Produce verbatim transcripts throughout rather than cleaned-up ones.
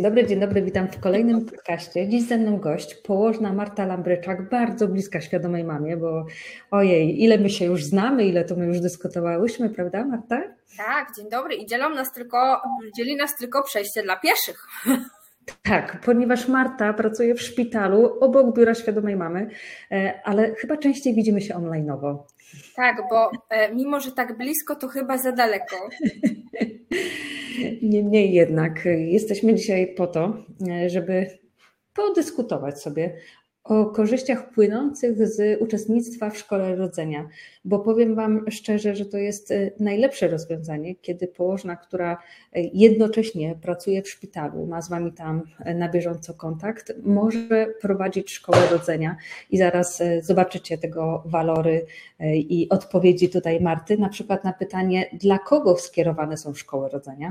dobry, dzień dobry, witam w kolejnym podcaście. Dziś ze mną gość, położna Marta Lambryczak, bardzo bliska świadomej mamie, bo ojej, ile my się już znamy, ile to my już dyskutowałyśmy, prawda Marta? Tak, dzień dobry i dzielą nas tylko, dzieli nas tylko przejście dla pieszych. Tak, ponieważ Marta pracuje w szpitalu obok biura świadomej mamy, ale chyba częściej widzimy się online'owo. Tak, bo mimo, że tak blisko, to chyba za daleko. Niemniej jednak jesteśmy dzisiaj po to, żeby podyskutować sobie o korzyściach płynących z uczestnictwa w szkole rodzenia, bo powiem Wam szczerze, że to jest najlepsze rozwiązanie, kiedy położna, która jednocześnie pracuje w szpitalu, ma z Wami tam na bieżąco kontakt, może prowadzić szkołę rodzenia i zaraz zobaczycie tego walory i odpowiedzi tutaj Marty, na przykład na pytanie, dla kogo skierowane są szkoły rodzenia?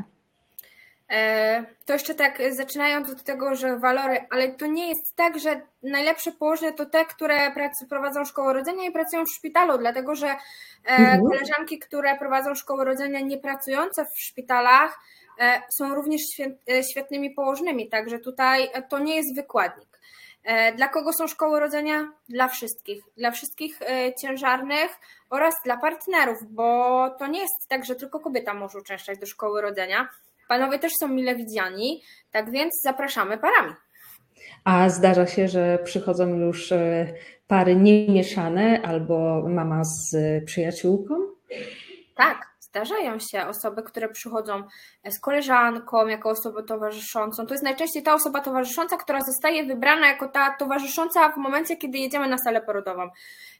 To jeszcze tak zaczynając od tego, że walory, ale to nie jest tak, że najlepsze położne to te, które prowadzą szkołę rodzenia i pracują w szpitalu, dlatego że mhm. koleżanki, które prowadzą szkołę rodzenia nie pracujące w szpitalach są również świetnymi położnymi, także tutaj to nie jest wykładnik. Dla kogo są szkoły rodzenia? Dla wszystkich. Dla wszystkich ciężarnych oraz dla partnerów, bo to nie jest tak, że tylko kobieta może uczęszczać do szkoły rodzenia. Panowie też są mile widziani, tak więc zapraszamy parami. A zdarza się, że przychodzą już pary niemieszane albo mama z przyjaciółką? Tak, zdarzają się osoby, które przychodzą z koleżanką, jako osobą towarzyszącą. To jest najczęściej ta osoba towarzysząca, która zostaje wybrana jako ta towarzysząca w momencie, kiedy jedziemy na salę porodową.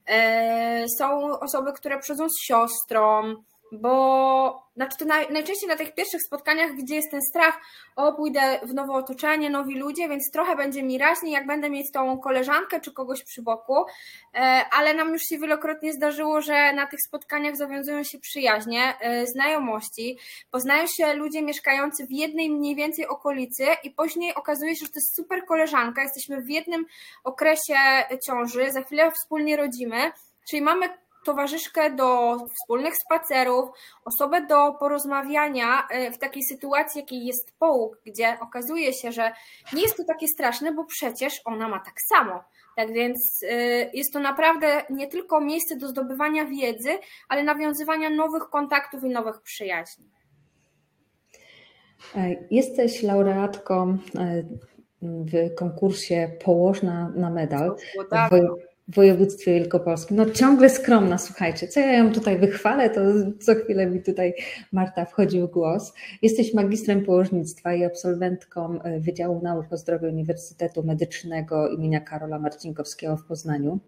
Są osoby, które przychodzą z siostrą, bo znaczy to naj, najczęściej na tych pierwszych spotkaniach, gdzie jest ten strach, o pójdę w nowe otoczenie, nowi ludzie, więc trochę będzie mi raźniej, jak będę mieć tą koleżankę czy kogoś przy boku, ale nam już się wielokrotnie zdarzyło, że na tych spotkaniach zawiązują się przyjaźnie, znajomości, poznają się ludzie mieszkający w jednej mniej więcej okolicy i później okazuje się, że to jest super koleżanka, jesteśmy w jednym okresie ciąży, za chwilę wspólnie rodzimy, czyli mamy towarzyszkę do wspólnych spacerów, osobę do porozmawiania w takiej sytuacji, jakiej jest połóg, gdzie okazuje się, że nie jest to takie straszne, bo przecież ona ma tak samo. Tak więc jest to naprawdę nie tylko miejsce do zdobywania wiedzy, ale nawiązywania nowych kontaktów i nowych przyjaźni. Jesteś laureatką w konkursie Położna na medal w województwie wielkopolskim. No ciągle skromna, słuchajcie, co ja ją tutaj wychwalę, to co chwilę mi tutaj Marta wchodzi w głos. Jesteś magistrem położnictwa i absolwentką Wydziału Nauk o Zdrowiu Uniwersytetu Medycznego imienia Karola Marcinkowskiego w Poznaniu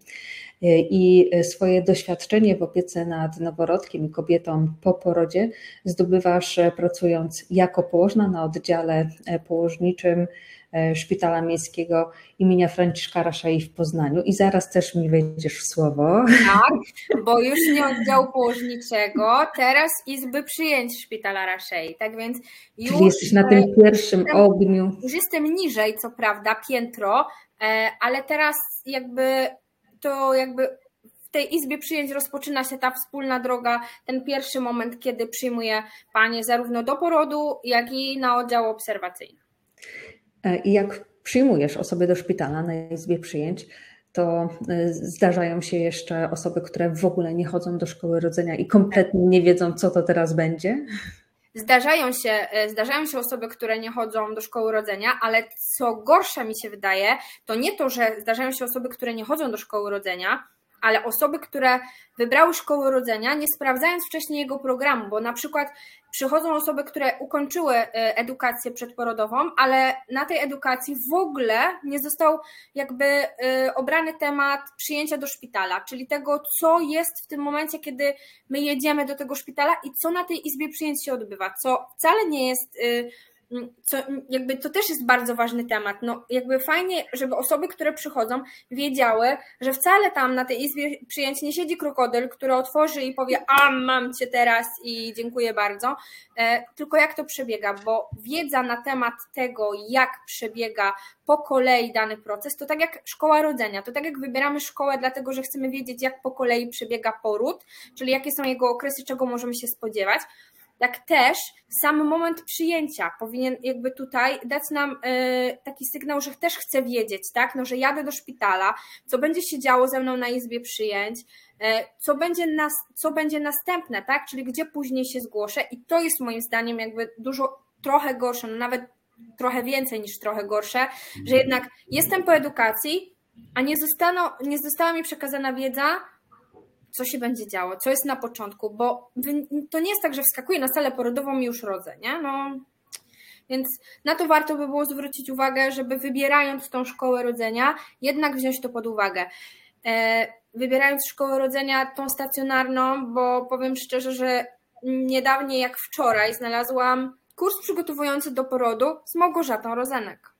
i swoje doświadczenie w opiece nad noworodkiem i kobietą po porodzie zdobywasz pracując jako położna na oddziale położniczym Szpitala Miejskiego imienia Franciszka Raszei w Poznaniu i zaraz też mi wejdziesz w słowo. Tak, bo już nie oddziału położniczego, teraz Izby Przyjęć Szpitala Raszei, tak więc już... Czyli jesteś na tym pierwszym jestem, ogniu. Już jestem niżej, co prawda, piętro, ale teraz jakby to jakby w tej Izbie Przyjęć rozpoczyna się ta wspólna droga, ten pierwszy moment, kiedy przyjmuję panie zarówno do porodu, jak i na oddział obserwacyjny. I jak przyjmujesz osoby do szpitala na Izbie Przyjęć, to zdarzają się jeszcze osoby, które w ogóle nie chodzą do szkoły rodzenia i kompletnie nie wiedzą, co to teraz będzie? Zdarzają się, zdarzają się osoby, które nie chodzą do szkoły rodzenia, ale co gorsza mi się wydaje, to nie to, że zdarzają się osoby, które nie chodzą do szkoły rodzenia, ale osoby, które wybrały szkołę rodzenia, nie sprawdzając wcześniej jego programu, bo na przykład przychodzą osoby, które ukończyły edukację przedporodową, ale na tej edukacji w ogóle nie został jakby obrany temat przyjęcia do szpitala, czyli tego, co jest w tym momencie, kiedy my jedziemy do tego szpitala i co na tej izbie przyjęć się odbywa, co wcale nie jest... Co, jakby to też jest bardzo ważny temat. No, jakby fajnie, żeby osoby, które przychodzą, wiedziały, że wcale tam na tej izbie przyjęć nie siedzi krokodyl, który otworzy i powie: a mam cię teraz i dziękuję bardzo, e, tylko jak to przebiega, bo wiedza na temat tego, jak przebiega po kolei dany proces, to tak jak szkoła rodzenia, to tak jak wybieramy szkołę dlatego, że chcemy wiedzieć, jak po kolei przebiega poród, czyli jakie są jego okresy, czego możemy się spodziewać. tak też sam moment przyjęcia powinien jakby tutaj dać nam taki sygnał, że też chcę wiedzieć, tak, no, że jadę do szpitala, co będzie się działo ze mną na izbie przyjęć, co będzie, nas, co będzie następne, tak, czyli gdzie później się zgłoszę i to jest moim zdaniem jakby dużo, trochę gorsze, no nawet trochę więcej niż trochę gorsze, że jednak jestem po edukacji, a nie, zostano, nie została mi przekazana wiedza, co się będzie działo, co jest na początku, bo to nie jest tak, że wskakuję na salę porodową i już rodzę, nie? No, więc na to warto by było zwrócić uwagę, żeby wybierając tą szkołę rodzenia, jednak wziąć to pod uwagę. Wybierając szkołę rodzenia, tą stacjonarną, bo powiem szczerze, że niedawniej jak wczoraj znalazłam kurs przygotowujący do porodu z Małgorzatą Rozenek.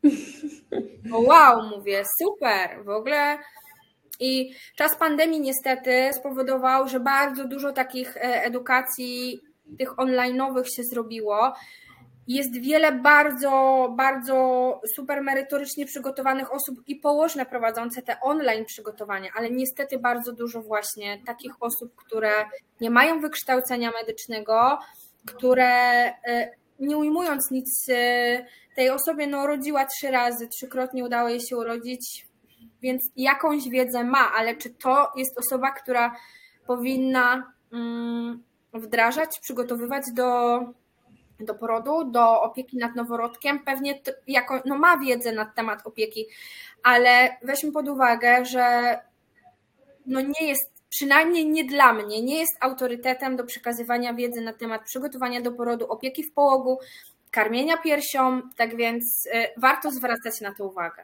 O wow, mówię, super, w ogóle. I czas pandemii niestety spowodował, że bardzo dużo takich edukacji, tych online'owych się zrobiło. Jest wiele bardzo, bardzo super merytorycznie przygotowanych osób i położne prowadzące te online przygotowania, ale niestety bardzo dużo właśnie takich osób, które nie mają wykształcenia medycznego, które nie ujmując nic tej osobie, no rodziła trzy razy, trzykrotnie udało jej się urodzić, więc jakąś wiedzę ma, ale czy to jest osoba, która powinna wdrażać, przygotowywać do, do porodu, do opieki nad noworodkiem? Pewnie to, jako, no ma wiedzę na temat opieki, ale weźmy pod uwagę, że no nie jest, przynajmniej nie dla mnie, nie jest autorytetem do przekazywania wiedzy na temat przygotowania do porodu, opieki w połogu, karmienia piersią, tak więc warto zwracać na to uwagę.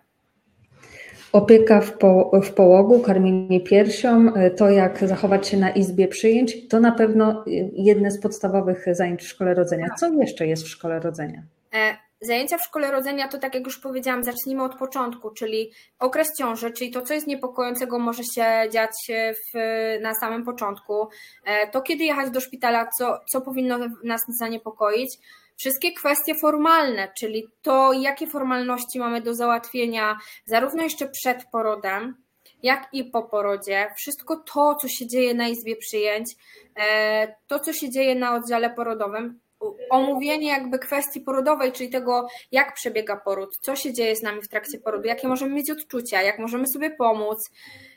Opieka w, po, w połogu, karmienie piersią, to jak zachować się na izbie przyjęć, to na pewno jedne z podstawowych zajęć w szkole rodzenia. Co jeszcze jest w szkole rodzenia? Zajęcia w szkole rodzenia to, tak jak już powiedziałam, zacznijmy od początku, czyli okres ciąży, czyli to, co jest niepokojącego, może się dziać w, na samym początku. To, kiedy jechać do szpitala, co, co powinno nas zaniepokoić. Wszystkie kwestie formalne, czyli to, jakie formalności mamy do załatwienia, zarówno jeszcze przed porodem, jak i po porodzie. Wszystko to, co się dzieje na izbie przyjęć, to, co się dzieje na oddziale porodowym, omówienie jakby kwestii porodowej, czyli tego, jak przebiega poród, co się dzieje z nami w trakcie porodu, jakie możemy mieć odczucia, jak możemy sobie pomóc.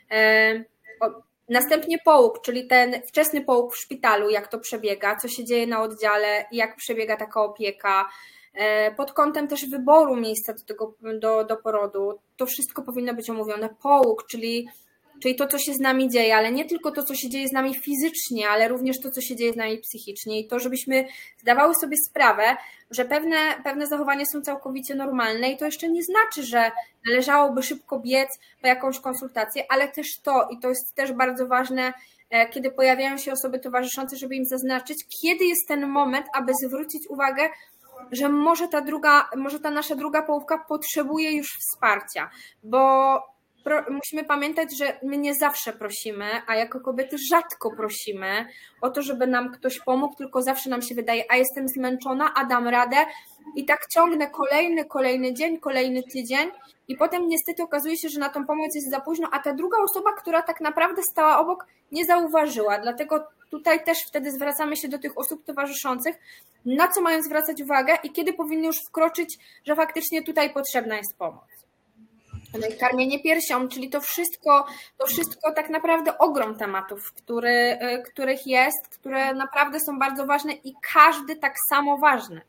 Następnie połóg, czyli ten wczesny połóg w szpitalu, jak to przebiega, co się dzieje na oddziale, jak przebiega taka opieka. Pod kątem też wyboru miejsca do, tego, do, do porodu, to wszystko powinno być omówione. Połóg, czyli Czyli to, co się z nami dzieje, ale nie tylko to, co się dzieje z nami fizycznie, ale również to, co się dzieje z nami psychicznie i to, żebyśmy zdawały sobie sprawę, że pewne, pewne zachowania są całkowicie normalne i to jeszcze nie znaczy, że należałoby szybko biec po jakąś konsultację, ale też to, i to jest też bardzo ważne, kiedy pojawiają się osoby towarzyszące, żeby im zaznaczyć, kiedy jest ten moment, aby zwrócić uwagę, że może ta druga, może ta nasza druga połówka potrzebuje już wsparcia, bo musimy pamiętać, że my nie zawsze prosimy, a jako kobiety rzadko prosimy o to, żeby nam ktoś pomógł, tylko zawsze nam się wydaje, a jestem zmęczona, a dam radę i tak ciągnę kolejny, kolejny dzień, kolejny tydzień i potem niestety okazuje się, że na tą pomoc jest za późno, a ta druga osoba, która tak naprawdę stała obok, nie zauważyła. Dlatego tutaj też wtedy zwracamy się do tych osób towarzyszących, na co mają zwracać uwagę i kiedy powinny już wkroczyć, że faktycznie tutaj potrzebna jest pomoc. No i karmienie piersią, czyli to wszystko, to wszystko tak naprawdę ogrom tematów, który, których jest, które naprawdę są bardzo ważne i każdy tak samo ważny.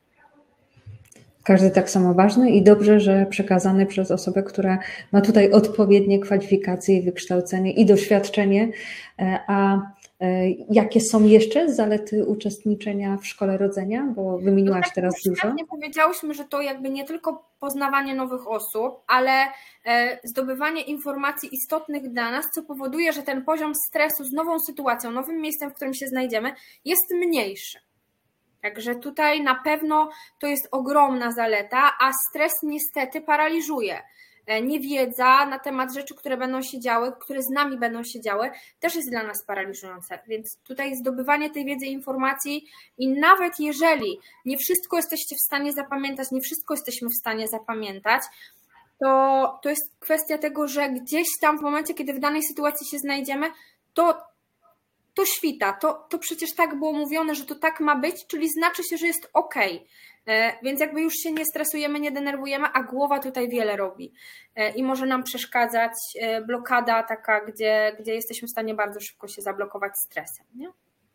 Każdy tak samo ważny i dobrze, że przekazany przez osobę, która ma tutaj odpowiednie kwalifikacje i wykształcenie i doświadczenie. A jakie są jeszcze zalety uczestniczenia w szkole rodzenia? Bo wymieniłaś no tak, teraz dużo. Nie powiedziałyśmy, że to jakby nie tylko poznawanie nowych osób, ale zdobywanie informacji istotnych dla nas, co powoduje, że ten poziom stresu z nową sytuacją, nowym miejscem, w którym się znajdziemy, jest mniejszy. Także tutaj na pewno to jest ogromna zaleta, a stres niestety paraliżuje. Niewiedza na temat rzeczy, które będą się działy, które z nami będą się działy, też jest dla nas paraliżujące. Więc tutaj zdobywanie tej wiedzy i informacji i nawet jeżeli nie wszystko jesteście w stanie zapamiętać, nie wszystko jesteśmy w stanie zapamiętać, to, to jest kwestia tego, że gdzieś tam w momencie, kiedy w danej sytuacji się znajdziemy, to to świta, to, to przecież tak było mówione, że to tak ma być, czyli znaczy się, że jest okej. Więc jakby już się nie stresujemy, nie denerwujemy, a głowa tutaj wiele robi i może nam przeszkadzać blokada taka, gdzie, gdzie jesteśmy w stanie bardzo szybko się zablokować stresem. Nie?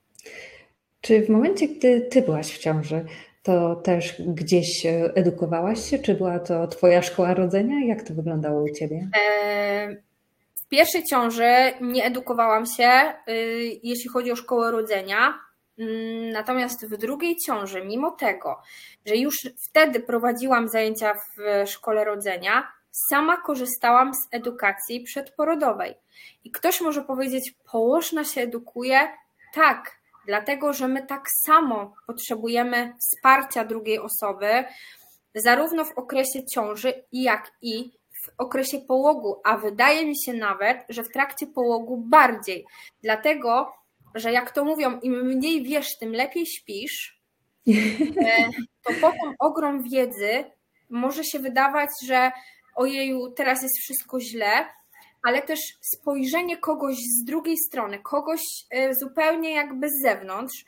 Czy w momencie, gdy ty byłaś w ciąży, to też gdzieś edukowałaś się? Czy była to twoja szkoła rodzenia? Jak to wyglądało u ciebie? W pierwszej ciąży nie edukowałam się, jeśli chodzi o szkołę rodzenia. Natomiast w drugiej ciąży, mimo tego, że już wtedy prowadziłam zajęcia w szkole rodzenia, sama korzystałam z edukacji przedporodowej. I ktoś może powiedzieć, położna się edukuje? Tak, dlatego że my tak samo potrzebujemy wsparcia drugiej osoby, zarówno w okresie ciąży, jak i w okresie połogu, a wydaje mi się nawet, że w trakcie połogu bardziej. Dlatego że jak to mówią, im mniej wiesz, tym lepiej śpisz, to potem ogrom wiedzy może się wydawać, że ojeju, teraz jest wszystko źle, ale też spojrzenie kogoś z drugiej strony, kogoś zupełnie jakby z zewnątrz,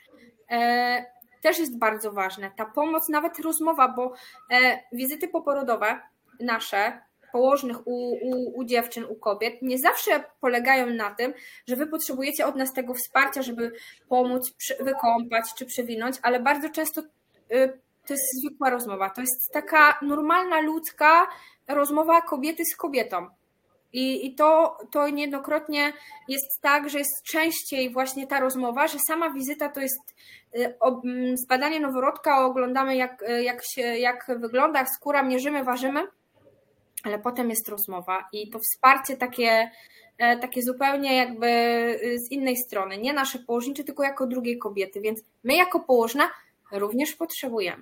też jest bardzo ważne. Ta pomoc, nawet rozmowa, bo wizyty poporodowe nasze, położnych u, u, u dziewczyn, u kobiet, nie zawsze polegają na tym, że wy potrzebujecie od nas tego wsparcia, żeby pomóc przy, wykąpać czy przewinąć, ale bardzo często y, to jest zwykła rozmowa. To jest taka normalna, ludzka rozmowa kobiety z kobietą. I, i to, to niejednokrotnie jest tak, że jest częściej właśnie ta rozmowa, że sama wizyta to jest y, o, y, zbadanie noworodka, oglądamy jak, jak, się, jak wygląda, jak skóra, mierzymy, ważymy, ale potem jest rozmowa i to wsparcie takie, takie zupełnie jakby z innej strony, nie nasze położnicze, tylko jako drugiej kobiety, więc my jako położna również potrzebujemy.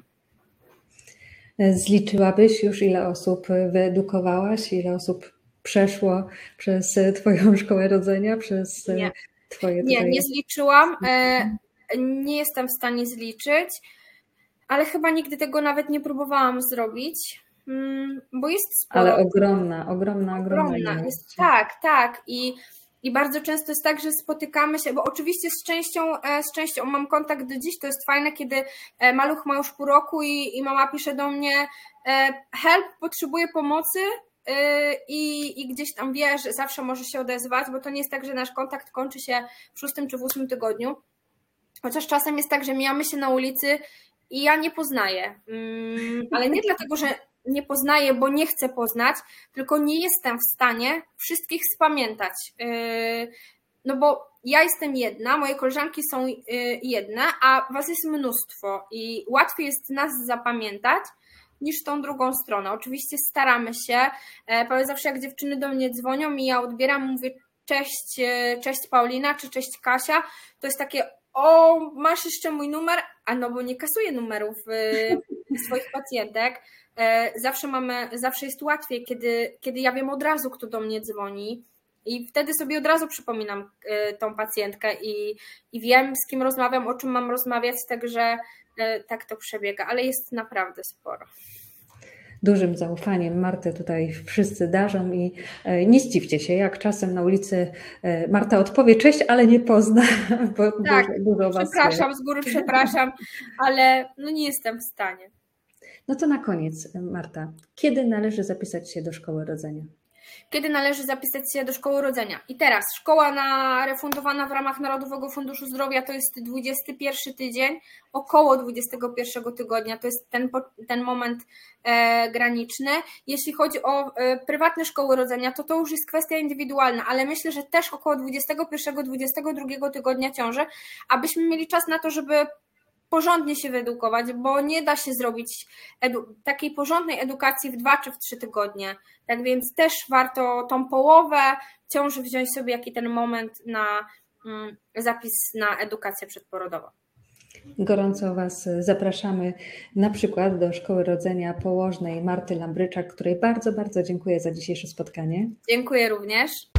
Zliczyłabyś już, ile osób wyedukowałaś, ile osób przeszło przez twoją szkołę rodzenia, przez nie. twoje... Nie, nie zliczyłam, nie jestem w stanie zliczyć, ale chyba nigdy tego nawet nie próbowałam zrobić. Bo jest sporo. Ale ogromna, ogromna, ogromna. ogromna jest, tak, tak. I, I bardzo często jest tak, że spotykamy się, bo oczywiście z częścią, z częścią mam kontakt do dziś, to jest fajne, kiedy maluch ma już pół roku i, i mama pisze do mnie help, potrzebuję pomocy i, i gdzieś tam wie, że zawsze może się odezwać, bo to nie jest tak, że nasz kontakt kończy się w szóstym czy w ósmym tygodniu. Chociaż czasem jest tak, że mijamy się na ulicy i ja nie poznaję. Ale nie dlatego, że nie poznaję, bo nie chcę poznać, tylko nie jestem w stanie wszystkich spamiętać. No bo ja jestem jedna, moje koleżanki są jedne, a was jest mnóstwo i łatwiej jest nas zapamiętać niż tą drugą stronę. Oczywiście staramy się, powiem zawsze jak dziewczyny do mnie dzwonią i ja odbieram, mówię cześć, cześć Paulina czy cześć Kasia, to jest takie o, masz jeszcze mój numer, a no bo nie kasuję numerów swoich pacjentek. Zawsze mamy, zawsze jest łatwiej, kiedy, kiedy ja wiem od razu, kto do mnie dzwoni i wtedy sobie od razu przypominam tą pacjentkę i, i wiem, z kim rozmawiam, o czym mam rozmawiać, także tak to przebiega, ale jest naprawdę sporo. Dużym zaufaniem Martę tutaj wszyscy darzą i nie zdziwcie się, jak czasem na ulicy Marta odpowie cześć, ale nie pozna, bo tak, dużo, dużo was przepraszam, jest. Z góry przepraszam, ale no nie jestem w stanie. No to na koniec, Marta, kiedy należy zapisać się do szkoły rodzenia? Kiedy należy zapisać się do szkoły rodzenia? I teraz szkoła na, refundowana w ramach Narodowego Funduszu Zdrowia to jest dwudziesty pierwszy tydzień, około dwudziestego pierwszego tygodnia, to jest ten, ten moment e, graniczny. Jeśli chodzi o e, prywatne szkoły rodzenia, to to już jest kwestia indywidualna, ale myślę, że też około dwudziestego pierwszego dwudziestego drugiego tygodnia ciąży, abyśmy mieli czas na to, żeby porządnie się wyedukować, bo nie da się zrobić edu- takiej porządnej edukacji w dwa czy w trzy tygodnie. Tak więc też warto tą połowę ciąży wziąć sobie jaki ten moment na mm, zapis na edukację przedporodową. Gorąco Was zapraszamy na przykład do Szkoły Rodzenia Położnej Marty Lambryczak, której bardzo, bardzo dziękuję za dzisiejsze spotkanie. Dziękuję również.